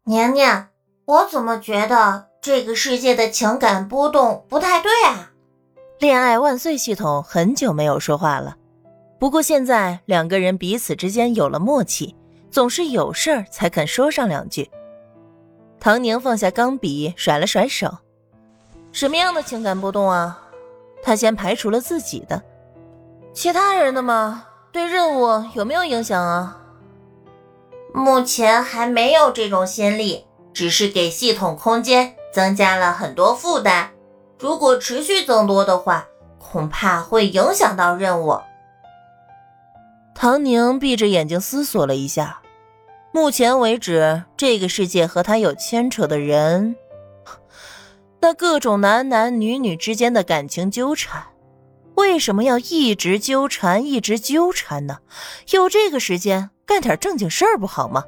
娘娘，我怎么觉得这个世界的情感波动不太对啊？ 恋爱万岁系统很久没有说话了，不过现在两个人彼此之间有了默契，总是有事儿才肯说上两句。唐宁放下钢笔，甩了甩手。什么样的情感波动啊？他先排除了自己的，其他人的吗？对任务有没有影响啊？ 目前还没有这种先例，只是给系统空间增加了很多负担，如果持续增多的话，恐怕会影响到任务。 唐宁闭着眼睛思索了一下，目前为止这个世界和他有牵扯的人，那各种男男女女之间的感情纠缠，为什么要一直纠缠一直纠缠呢？有这个时间干点正经事儿不好吗？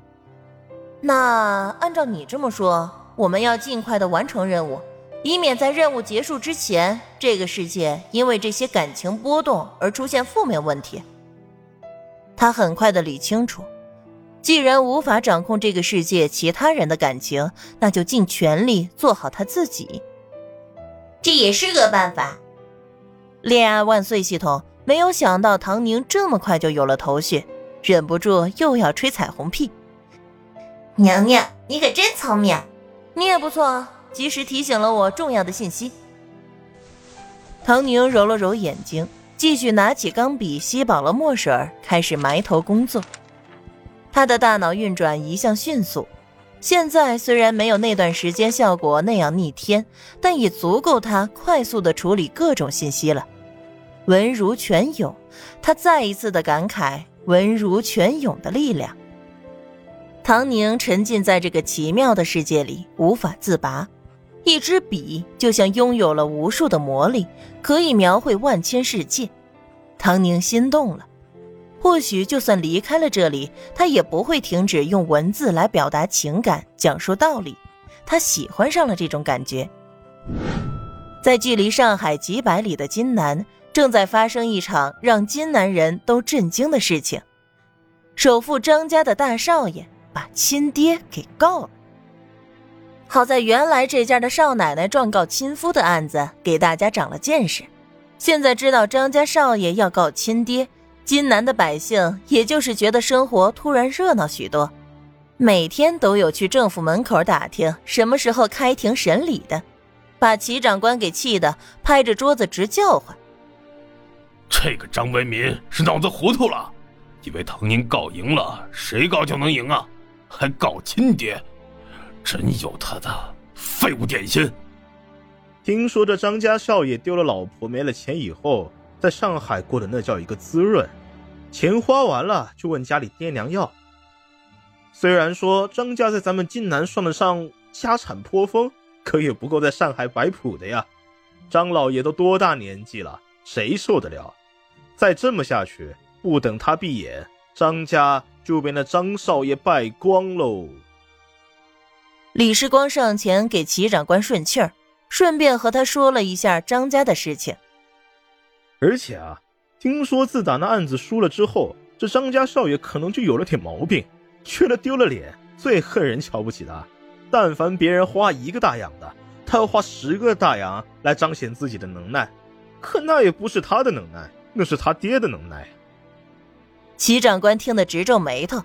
那按照你这么说，我们要尽快的完成任务，以免在任务结束之前，这个世界因为这些感情波动而出现负面问题。他很快的理清楚，既然无法掌控这个世界其他人的感情，那就尽全力做好他自己。 这也是个办法。 恋爱万岁系统没有想到唐宁这么快就有了头绪，忍不住又要吹彩虹屁。 娘娘，你可真聪明。 你也不错啊，及时提醒了我重要的信息。唐宁揉了揉眼睛，继续拿起钢笔吸饱了墨水，开始埋头工作。他的大脑运转一向迅速，现在虽然没有那段时间效果那样逆天，但也足够他快速地处理各种信息了。文如泉涌，他再一次的感慨文如泉涌的力量。唐宁沉浸在这个奇妙的世界里，无法自拔。一支笔就像拥有了无数的魔力，可以描绘万千世界。唐宁心动了，或许就算离开了这里，他也不会停止用文字来表达情感，讲述道理。他喜欢上了这种感觉。在距离上海几百里的津南，正在发生一场让津南人都震惊的事情。首富张家的大少爷把亲爹给告了。好在原来这家的少奶奶状告亲夫的案子给大家长了见识，现在知道张家少爷要告亲爹，津南的百姓也就是觉得生活突然热闹许多，每天都有去政府门口打听什么时候开庭审理的，把齐长官给气得拍着桌子直叫唤。 这个张文民是脑子糊涂了，以为唐宁告赢了，谁告就能赢啊？还告亲爹，真有他的废物点心！ 听说这张家少爷丢了老婆没了钱以后，在上海过得那叫一个滋润，钱花完了就问家里爹娘要。虽然说张家在咱们津南算得上家产颇丰，可也不够在上海摆谱的呀。张老爷都多大年纪了，谁受得了？再这么下去，不等他闭眼，张家就被那张少爷败光喽。 李世光上前给齐长官顺气儿，顺便和他说了一下张家的事情。 而且啊，听说自打那案子输了之后，这张家少爷可能就有了点毛病，缺了丢了脸，最恨人瞧不起他。但凡别人花1个大洋的，他要花10个大洋来彰显自己的能耐。可那也不是他的能耐，那是他爹的能耐。 齐长官听得直皱眉头。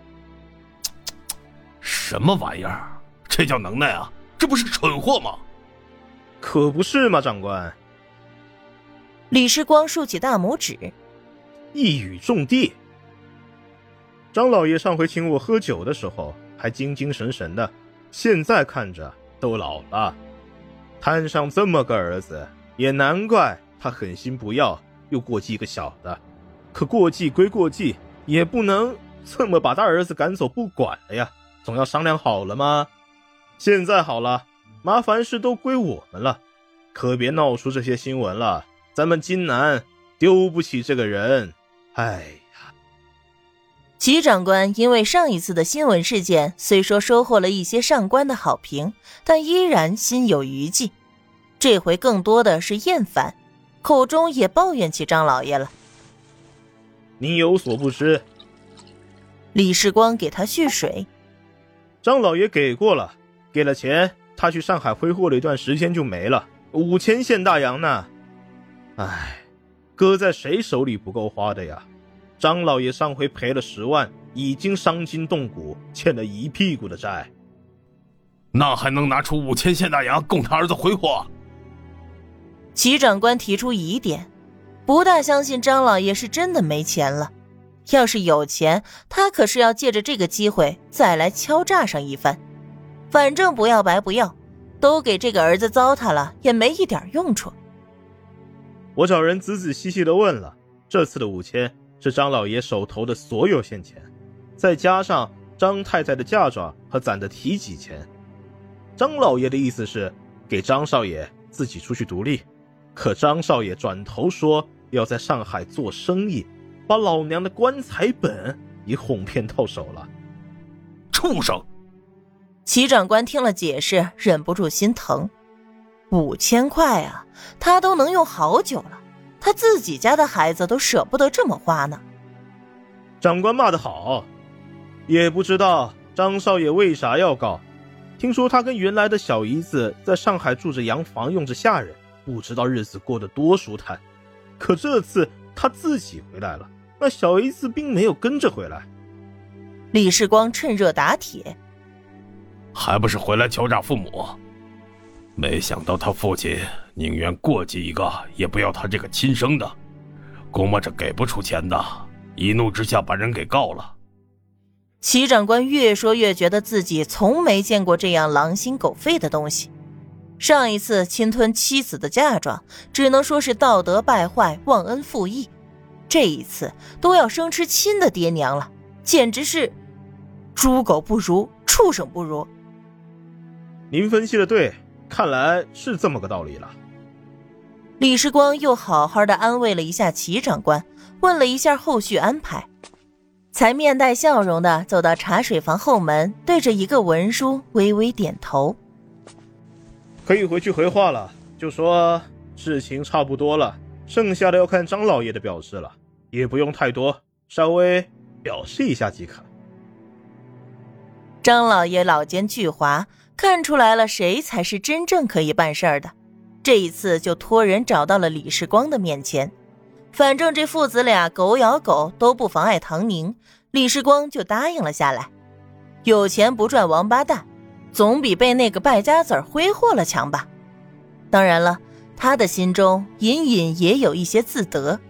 什么玩意儿？这叫能耐啊？这不是蠢货吗？ 可不是嘛，长官。 李世光竖起大拇指， 一语中的。张老爷上回请我喝酒的时候还精精神神的，现在看着都老了。摊上这么个儿子，也难怪他狠心不要，又过继个小的。可过继归过继，也不能这么把大儿子赶走不管了呀，总要商量好了吗？现在好了，麻烦事都归我们了，可别闹出这些新闻了，咱们津南丢不起这个人。哎呀！ 齐长官因为上一次的新闻事件，虽说收获了一些上官的好评，但依然心有余悸。这回更多的是厌烦，口中也抱怨起张老爷了。 你有所不知， 李世光给他蓄水。 张老爷给过了，给了钱，他去上海挥霍了一段时间就没了，5000现大洋呢。唉，搁在谁手里不够花的呀？张老爷上回赔了10万，已经伤筋动骨，欠了一屁股的债。 那还能拿出5000现大洋供他儿子挥霍？ 齐长官提出疑点，不大相信张老爷是真的没钱了。要是有钱，他可是要借着这个机会再来敲诈上一番。反正不要白不要，都给这个儿子糟蹋了，也没一点用处。 我找人仔仔细细地问了，这次的5000是张老爷手头的所有现钱，再加上张太太的嫁妆和攒的提己钱。张老爷的意思是给张少爷自己出去独立，可张少爷转头说要在上海做生意，把老娘的棺材本也哄骗到手了。 畜生！ 齐长官听了解释，忍不住心疼。5000块啊，他都能用好久了，他自己家的孩子都舍不得这么花呢。 长官骂得好，也不知道张少爷为啥要告。听说他跟原来的小姨子在上海住着洋房，用着下人，不知道日子过得多舒坦。可这次他自己回来了，那小姨子并没有跟着回来。 李世光趁热打铁， 还不是回来敲诈父母？没想到他父亲宁愿过继一个，也不要他这个亲生的，估摸着给不出钱的，一怒之下把人给告了。 齐长官越说越觉得自己从没见过这样狼心狗肺的东西。上一次侵吞妻子的嫁妆，只能说是道德败坏，忘恩负义。这一次都要生吃亲的爹娘了，简直是猪狗不如，畜生不如。 您分析的对，看来是这么个道理了。 李世光又好好的安慰了一下齐长官，问了一下后续安排，才面带笑容的走到茶水房后门，对着一个文书微微点头。 可以回去回话了，就说事情差不多了，剩下的要看张老爷的表示了，也不用太多，稍微表示一下即可。 张老爷老奸巨猾，看出来了谁才是真正可以办事儿的，这一次就托人找到了李世光的面前。反正这父子俩狗咬狗都不妨碍唐宁，李世光就答应了下来。有钱不赚王八蛋，总比被那个败家子儿挥霍了强吧。当然了，他的心中隐隐也有一些自得。